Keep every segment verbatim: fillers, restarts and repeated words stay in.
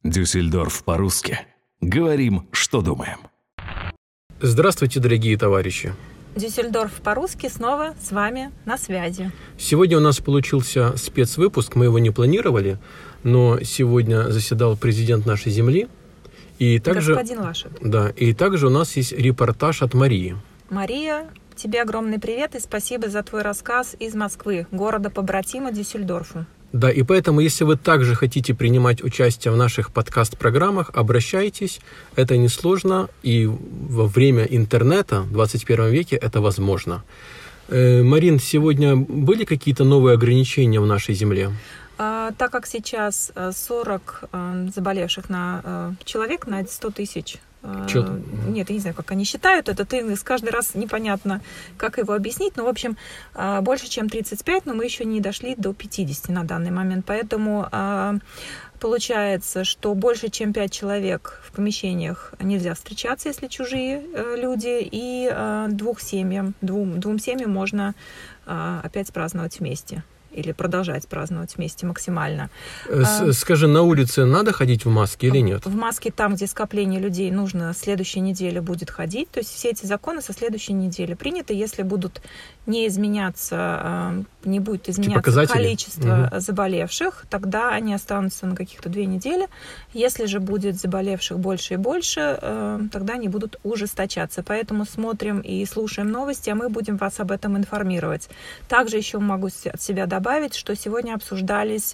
Дюссельдорф по-русски. Говорим, что думаем. Здравствуйте, дорогие товарищи. Дюссельдорф по-русски снова с вами на связи. Сегодня у нас получился спецвыпуск, мы его не планировали, но сегодня заседал президент нашей земли. И также, Господин Лашин. Да, и также у нас есть репортаж от Марии. Мария, тебе огромный привет и спасибо за твой рассказ из Москвы, города-побратима Дюссельдорфу. Да, и поэтому, если вы также хотите принимать участие в наших подкаст-программах, обращайтесь. Это несложно, и во время интернета в двадцать первом веке это возможно. Э, Марин, сегодня были какие-то новые ограничения в нашей земле? А, так как сейчас сорок а, заболевших на а, человек на сто тысяч. Чё? Нет, я не знаю, как они считают это. Ты каждый раз непонятно, как его объяснить. Но, в общем, больше, чем тридцать пять, но мы еще не дошли до пятидесяти на данный момент. Поэтому получается, что больше, чем пять человек в помещениях нельзя встречаться, если чужие люди. И двух семьям, двум, двум семьям можно опять праздновать вместе. Или продолжать праздновать вместе максимально. Скажи, на улице надо ходить в маске или нет? В маске там, где скопление людей, нужно следующей неделе будет ходить. То есть все эти законы со следующей недели приняты. Если будут не изменяться, не будет изменяться количество угу. заболевших, тогда они останутся на каких-то две недели. Если же будет заболевших больше и больше, тогда они будут ужесточаться. Поэтому смотрим и слушаем новости, а мы будем вас об этом информировать. Также еще могу от себя добавить, добавить, что сегодня обсуждались,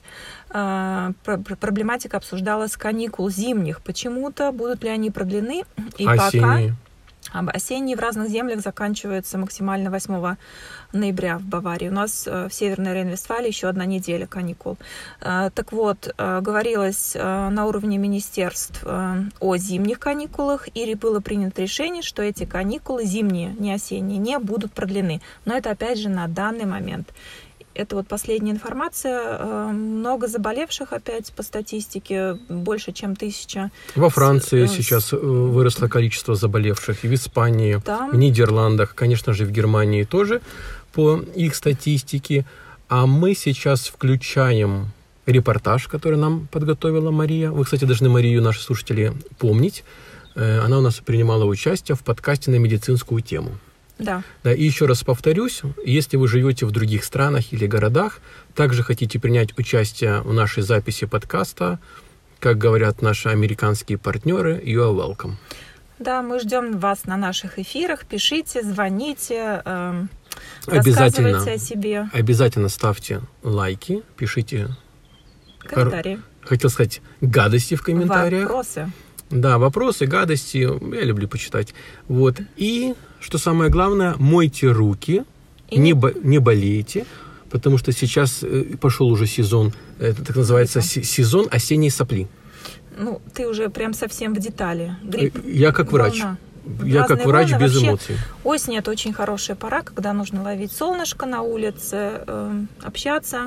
э, проблематика обсуждалась каникул зимних. Почему-то будут ли они продлены? И осенние. Пока осенние в разных землях заканчиваются максимально восьмого ноября в Баварии. У нас э, в Северной Рейн-Вестфалии еще одна неделя каникул. Э, так вот, э, говорилось э, на уровне министерств э, о зимних каникулах, и было принято решение, что эти каникулы зимние, не осенние, не будут продлены. Но это опять же на данный момент. Это вот последняя информация. Много заболевших опять по статистике, больше, чем тысяча. Во Франции с... сейчас выросло количество заболевших, и в Испании, Там... в Нидерландах, конечно же, в Германии тоже по их статистике. А мы сейчас включаем репортаж, который нам подготовила Мария. Вы, кстати, должны Марию, наши слушатели, помнить. Она у нас принимала участие в подкасте на медицинскую тему. Да. Да, и еще раз повторюсь, если вы живете в других странах или городах, также хотите принять участие в нашей записи подкаста, как говорят наши американские партнеры, you are welcome. Да, мы ждем вас на наших эфирах. Пишите, звоните, э, обязательно, рассказывайте о себе. Обязательно ставьте лайки, пишите комментарии. Хотел сказать гадости в комментариях. Вопросы. Да, вопросы, гадости, я люблю почитать. Вот. И, что самое главное, мойте руки, и не, бо- не болейте, потому что сейчас пошел уже сезон, это так называется Гриппа. сезон осенней сопли. Ну, ты уже прям совсем в детали. Грипп, я как врач. волна. Я Разные как врач волны. без Вообще, эмоций. Осень – это очень хорошая пора, когда нужно ловить солнышко на улице, э, общаться.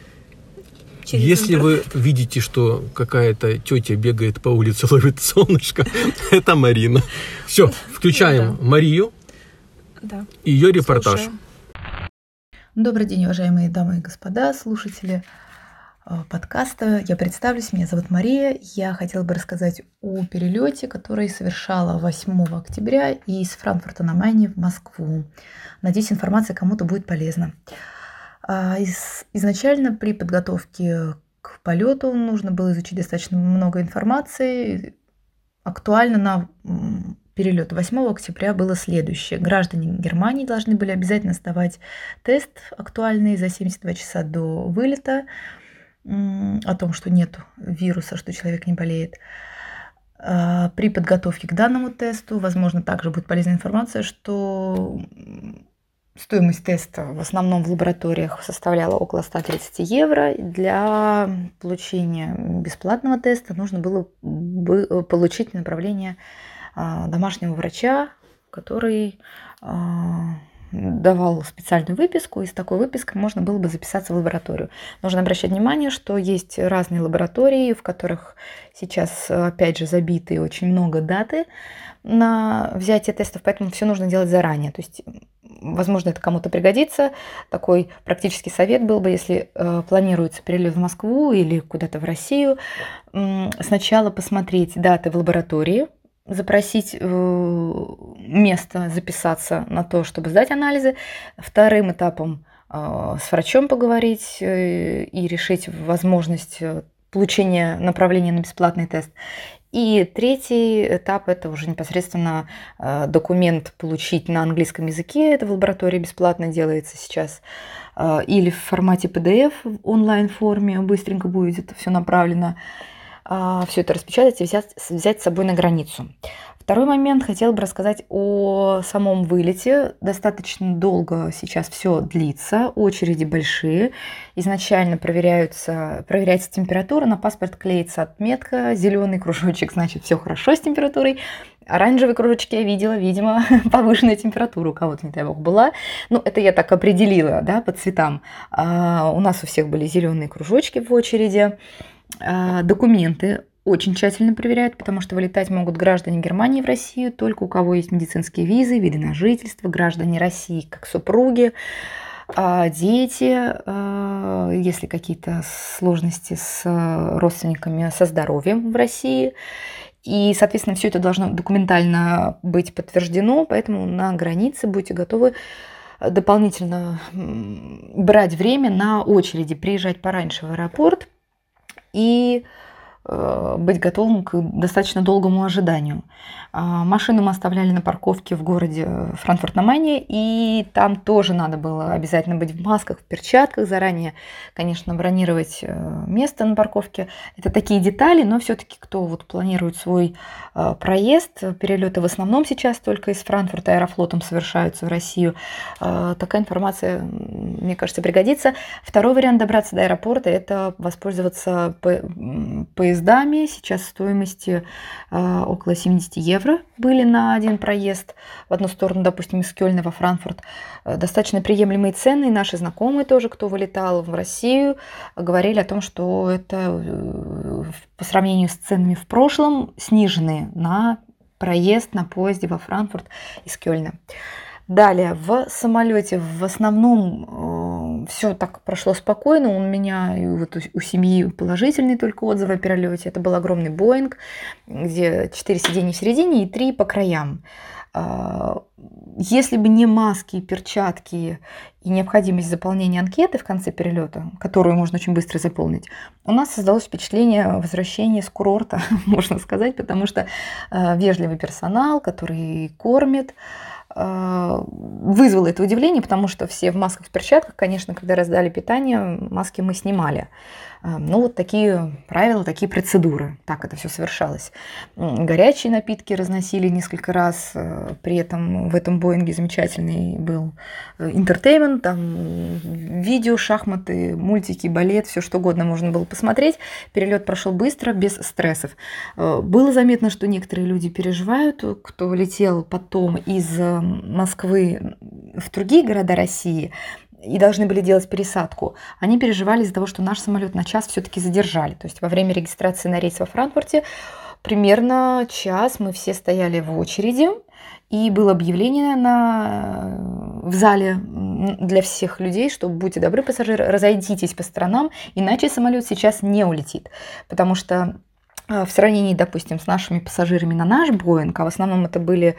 Если вы видите, что какая-то тетя бегает по улице, ловит солнышко, это Марина. Все, включаем да. Марию да. и ее репортаж. Слушаем. Добрый день, уважаемые дамы и господа, слушатели подкаста. Я представлюсь, меня зовут Мария. Я хотела бы рассказать о перелете, который совершала восьмого октября из Франкфурта на Майне в Москву. Надеюсь, информация кому-то будет полезна. Изначально при подготовке к полету нужно было изучить достаточно много информации. Актуально на перелет восьмого октября было следующее. Граждане Германии должны были обязательно сдавать тест актуальный за семьдесят два часа до вылета о том, что нет вируса, что человек не болеет. При подготовке к данному тесту, возможно, также будет полезная информация, что стоимость теста в основном в лабораториях составляла около ста тридцати евро. Для получения бесплатного теста нужно было получить направление домашнего врача, который давал специальную выписку, и с такой выпиской можно было бы записаться в лабораторию. Нужно обращать внимание, что есть разные лаборатории, в которых сейчас, опять же, забиты очень много даты на взятие тестов, поэтому все нужно делать заранее. То есть, возможно, это кому-то пригодится. Такой практический совет был бы, если э, планируется перелет в Москву или куда-то в Россию, э, сначала посмотреть даты в лаборатории, запросить э, место, записаться на то, чтобы сдать анализы. Вторым этапом э, с врачом поговорить э, и решить возможность получения направления на бесплатный тест. И третий этап – это уже непосредственно э, документ получить на английском языке. Это в лаборатории бесплатно делается сейчас. Э, или в формате пи ди эф в онлайн-форме. Быстренько будет это все направлено. Все это распечатать и взять, взять с собой на границу. Второй момент, хотела бы рассказать о самом вылете. Достаточно долго сейчас все длится, очереди большие. Изначально проверяются, проверяется температура, на паспорт клеится отметка, зеленый кружочек, значит, все хорошо с температурой. Оранжевые кружочки я видела, видимо, повышенная температура у кого-то, не дай бог, была. Ну, это я так определила, да, по цветам. А у нас у всех были зеленые кружочки в очереди. Документы очень тщательно проверяют, потому что вылетать могут граждане Германии в Россию, только у кого есть медицинские визы, виды на жительство, граждане России как супруги, дети, если какие-то сложности с родственниками, со здоровьем в России. И, соответственно, все это должно документально быть подтверждено, поэтому на границе будьте готовы дополнительно брать время на очереди, приезжать пораньше в аэропорт и э, быть готовым к достаточно долгому ожиданию. А машину мы оставляли на парковке в городе Франкфурт-на-Майне, и там тоже надо было обязательно быть в масках, в перчатках, заранее, конечно, бронировать место на парковке. Это такие детали, но все-таки кто вот планирует свой э, проезд, перелеты в основном сейчас только из Франкфурта аэрофлотом совершаются в Россию, э, такая информация, мне кажется, пригодится. Второй вариант добраться до аэропорта – это воспользоваться поездами. Сейчас стоимости э, около семьдесят евро были на один проезд в одну сторону, допустим, из Кёльна во Франкфурт. Достаточно приемлемые цены. И наши знакомые тоже, кто вылетал в Россию, говорили о том, что это по сравнению с ценами в прошлом сниженные на проезд на поезде во Франкфурт из Кёльна. Далее, в самолете в основном э, все так прошло спокойно. У меня и вот у, у семьи положительные только отзывы о перелете. Это был огромный Боинг, где четыре сиденья в середине и три по краям. Э, если бы не маски, перчатки и необходимость заполнения анкеты в конце перелета, которую можно очень быстро заполнить, у нас создалось впечатление возвращения с курорта, можно сказать, потому что э, вежливый персонал, который кормит, вызвало это удивление, потому что все в масках, в перчатках, конечно, когда раздали питание, маски мы снимали. Ну, вот такие правила, такие процедуры. Так это все совершалось. Горячие напитки разносили несколько раз. При этом в этом Боинге замечательный был интертеймент, там видео, шахматы, мультики, балет, все что угодно можно было посмотреть. Перелет прошел быстро, без стрессов. Было заметно, что некоторые люди переживают, кто летел потом из Москвы в другие города России и должны были делать пересадку, они переживали из-за того, что наш самолет на час все-таки задержали. То есть во время регистрации на рейс во Франкфурте примерно час мы все стояли в очереди, и было объявление на, в зале для всех людей, что будьте добры, пассажиры, разойдитесь по сторонам, иначе самолет сейчас не улетит. Потому что в сравнении, допустим, с нашими пассажирами на наш Боинг, а в основном это были...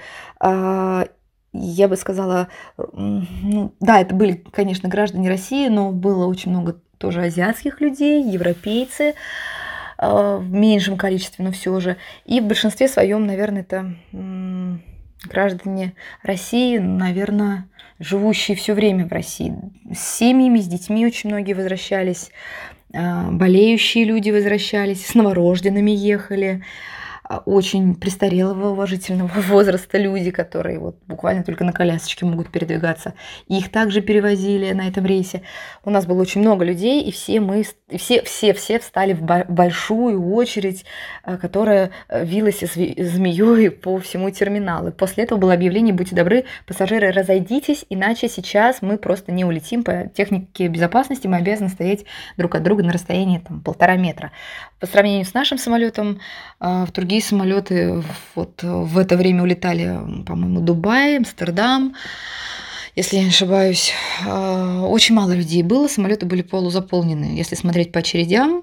Я бы сказала, ну, да, это были, конечно, граждане России, но было очень много тоже азиатских людей, европейцы э, в меньшем количестве, но все же. И в большинстве своем, наверное, это э, граждане России, наверное, живущие все время в России. С семьями, с детьми очень многие возвращались, э, болеющие люди возвращались, с новорожденными ехали. очень престарелого уважительного возраста люди, которые вот буквально только на колясочке могут передвигаться. Их также перевозили на этом рейсе. У нас было очень много людей, и все мы, все, все, все встали в большую очередь, которая вилась змеей по всему терминалу. После этого было объявление: будьте добры, пассажиры, разойдитесь, иначе сейчас мы просто не улетим. По технике безопасности мы обязаны стоять друг от друга на расстоянии там, полтора метра. По сравнению с нашим самолетом, в другие самолеты вот в это время улетали, по-моему, Дубай, Амстердам, если я не ошибаюсь. Очень мало людей было, самолеты были полузаполнены. Если смотреть по очередям,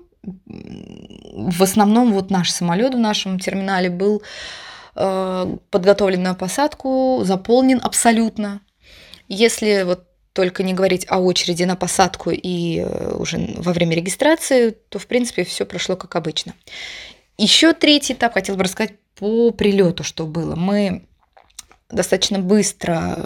в основном вот наш самолет в нашем терминале был подготовлен на посадку, заполнен абсолютно. Если вот только не говорить о очереди на посадку и уже во время регистрации, то, в принципе, все прошло как обычно. Еще третий этап, хотела бы рассказать по прилету, что было. Мы достаточно быстро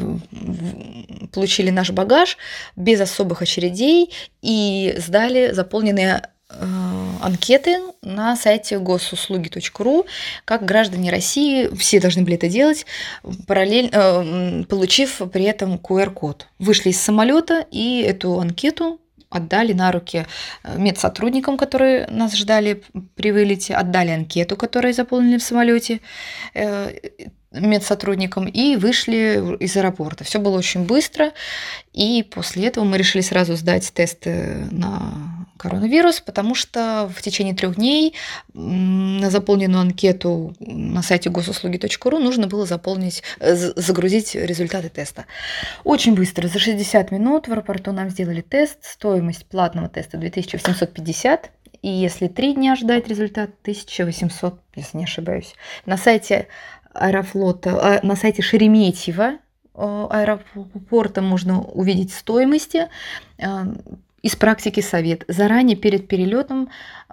получили наш багаж без особых очередей и сдали заполненные анкеты на сайте госуслуги точка ру, как граждане России, все должны были это делать, параллельно получив при этом ку эр код. Вышли из самолета и эту анкету отдали на руки медсотрудникам, которые нас ждали при вылете, отдали анкету, которую заполнили в самолете медсотрудникам, и вышли из аэропорта. Все было очень быстро, и после этого мы решили сразу сдать тесты на коронавирус, потому что в течение трех дней на заполненную анкету на сайте госуслуги точка ру нужно было заполнить, загрузить результаты теста. Очень быстро, за шестьдесят минут в аэропорту нам сделали тест. Стоимость платного теста две тысячи восемьсот пятьдесят, и если три дня ждать результат, тысяча восемьсот, если не ошибаюсь. На сайте Аэрофлота, на сайте Шереметьево аэропорта можно увидеть стоимости. Из практики совет: заранее перед перелетом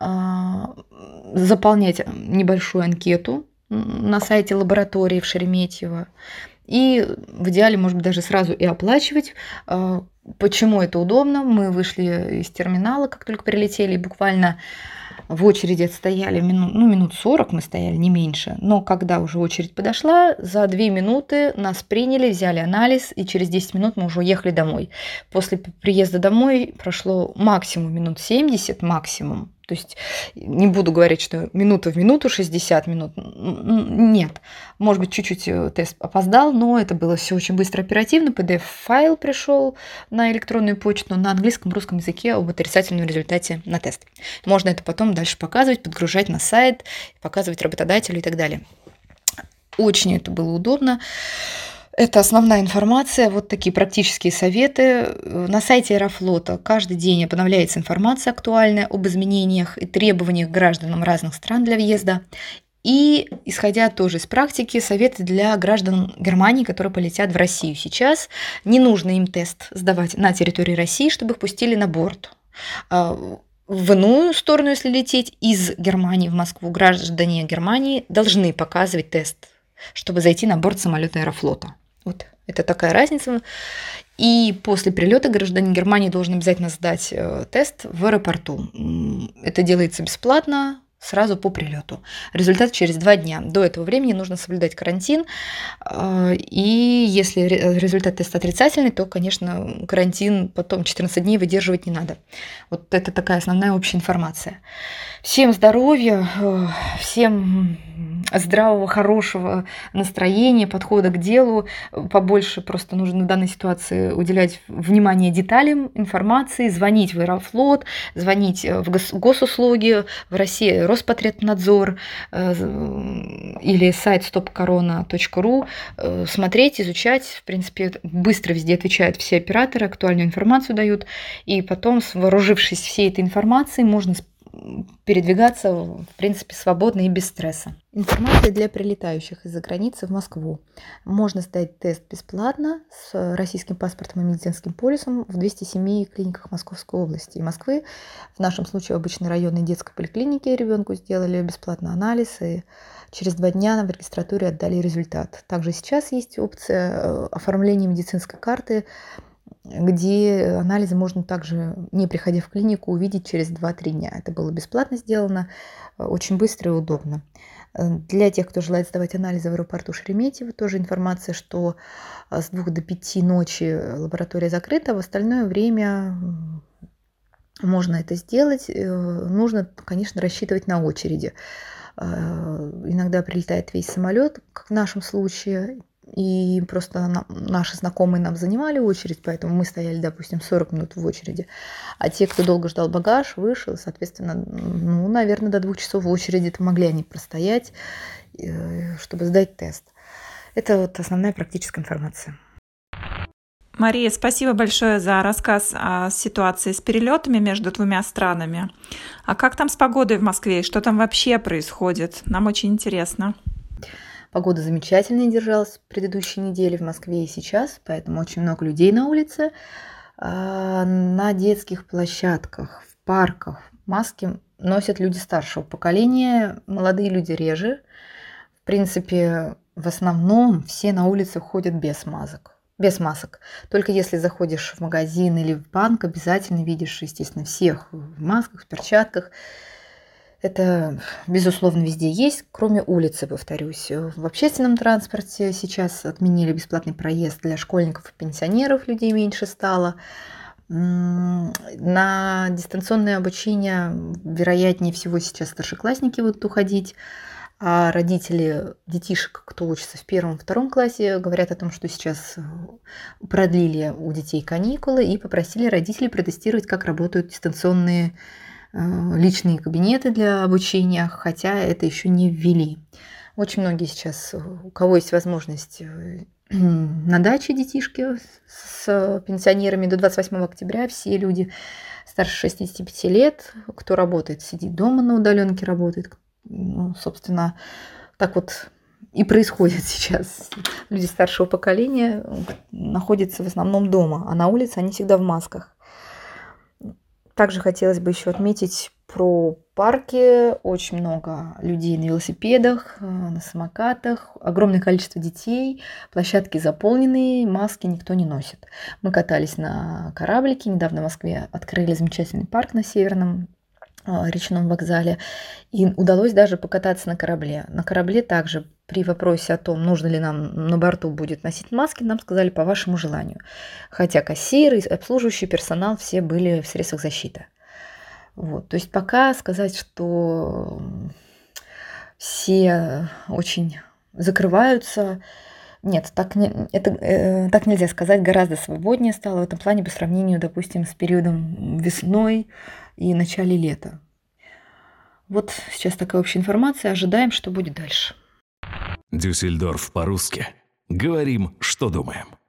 заполнять небольшую анкету на сайте лаборатории в Шереметьево и в идеале, может быть, даже сразу и оплачивать. Почему это удобно? Мы вышли из терминала, как только прилетели, и буквально в очереди отстояли минут, ну, минут сорок мы стояли, не меньше. Но когда уже очередь подошла, за две минуты нас приняли, взяли анализ, и через десять минут мы уже уехали домой. После приезда домой прошло максимум минут семьдесят, максимум. То есть не буду говорить, что минута в минуту, шестьдесят минут. Нет. Может быть, чуть-чуть тест опоздал, но это было все очень быстро, оперативно. пи ди эф-файл пришел на электронную почту на английском, русском языке об отрицательном результате на тест. Можно это потом дальше показывать, подгружать на сайт, показывать работодателю и так далее. Очень это было удобно. Это основная информация, вот такие практические советы. На сайте Аэрофлота каждый день обновляется информация актуальная об изменениях и требованиях гражданам разных стран для въезда. И, исходя тоже из практики, советы для граждан Германии, которые полетят в Россию сейчас. Не нужно им тест сдавать на территории России, чтобы их пустили на борт. В иную сторону, если лететь из Германии в Москву, граждане Германии должны показывать тест, чтобы зайти на борт самолета Аэрофлота. Вот это такая разница. И после прилета гражданин Германии должен обязательно сдать тест в аэропорту. Это делается бесплатно, сразу по прилету. Результат через два дня. До этого времени нужно соблюдать карантин. И если результат теста отрицательный, то, конечно, карантин потом четырнадцать дней выдерживать не надо. Вот это такая основная общая информация. Всем здоровья, всем здравого, хорошего настроения, подхода к делу. Побольше просто нужно в данной ситуации уделять внимание деталям, информации, звонить в Аэрофлот, звонить в госуслуги, в России Роспотребнадзор или сайт стоп корона точка ру, смотреть, изучать. В принципе, быстро везде отвечают все операторы, актуальную информацию дают. И потом, вооружившись всей этой информацией, можно передвигаться, в принципе, свободно и без стресса. Информация для прилетающих из-за границы в Москву. Можно сдать тест бесплатно с российским паспортом и медицинским полисом в двухстах семи клиниках Московской области и Москвы. В нашем случае в обычной районной детской поликлинике ребенку сделали бесплатно анализ, и через два дня в регистратуре отдали результат. Также сейчас есть опция оформления медицинской карты где анализы можно также, не приходя в клинику, увидеть через два-три дня. Это было бесплатно сделано, очень быстро и удобно. Для тех, кто желает сдавать анализы в аэропорту Шереметьево, тоже информация, что с двух до пяти ночи лаборатория закрыта, в остальное время можно это сделать. Нужно, конечно, рассчитывать на очереди. Иногда прилетает весь самолет, как в нашем случае, и просто наши знакомые нам занимали очередь, поэтому мы стояли, допустим, сорок минут в очереди. А те, кто долго ждал багаж, вышел, соответственно, ну, наверное, до двух часов в очереди-то могли они простоять, чтобы сдать тест. Это вот основная практическая информация. Мария, спасибо большое за рассказ о ситуации с перелетами между двумя странами. А как там с погодой в Москве и что там вообще происходит? Нам очень интересно. Погода замечательная держалась в предыдущей неделе в Москве и сейчас, поэтому очень много людей на улице. На детских площадках, в парках маски носят люди старшего поколения, молодые люди реже. В принципе, в основном все на улице ходят без масок. Без масок. Только если заходишь в магазин или в банк, обязательно видишь, естественно, всех в масках, в перчатках. Это, безусловно, везде есть, кроме улицы, повторюсь. В общественном транспорте сейчас отменили бесплатный проезд для школьников и пенсионеров, людей меньше стало. На дистанционное обучение, вероятнее всего, сейчас старшеклассники будут уходить, а родители детишек, кто учится в первом, втором классе, говорят о том, что сейчас продлили у детей каникулы и попросили родителей протестировать, как работают дистанционные личные кабинеты для обучения, хотя это еще не ввели. Очень многие сейчас, у кого есть возможность на даче детишки с пенсионерами до двадцать восьмого октября, все люди старше шестидесяти пяти лет, кто работает, сидит дома на удаленке, работает. Ну, собственно, так вот и происходит сейчас. Люди старшего поколения находятся в основном дома, а на улице они всегда в масках. Также хотелось бы еще отметить про парки. Очень много людей на велосипедах, на самокатах, огромное количество детей, площадки заполнены, маски никто не носит. Мы катались на кораблике, недавно в Москве открыли замечательный парк на Северном речном вокзале, и удалось даже покататься на корабле. На корабле также при вопросе о том, нужно ли нам на борту будет носить маски, нам сказали по вашему желанию. Хотя кассиры, обслуживающий персонал все были в средствах защиты. Вот. То есть пока сказать, что все очень закрываются, нет, так, не, это, э, так нельзя сказать, гораздо свободнее стало в этом плане по сравнению, допустим, с периодом весной и начале лета. Вот сейчас такая общая информация, ожидаем, что будет дальше. Дюссельдорф по-русски. Говорим, что думаем.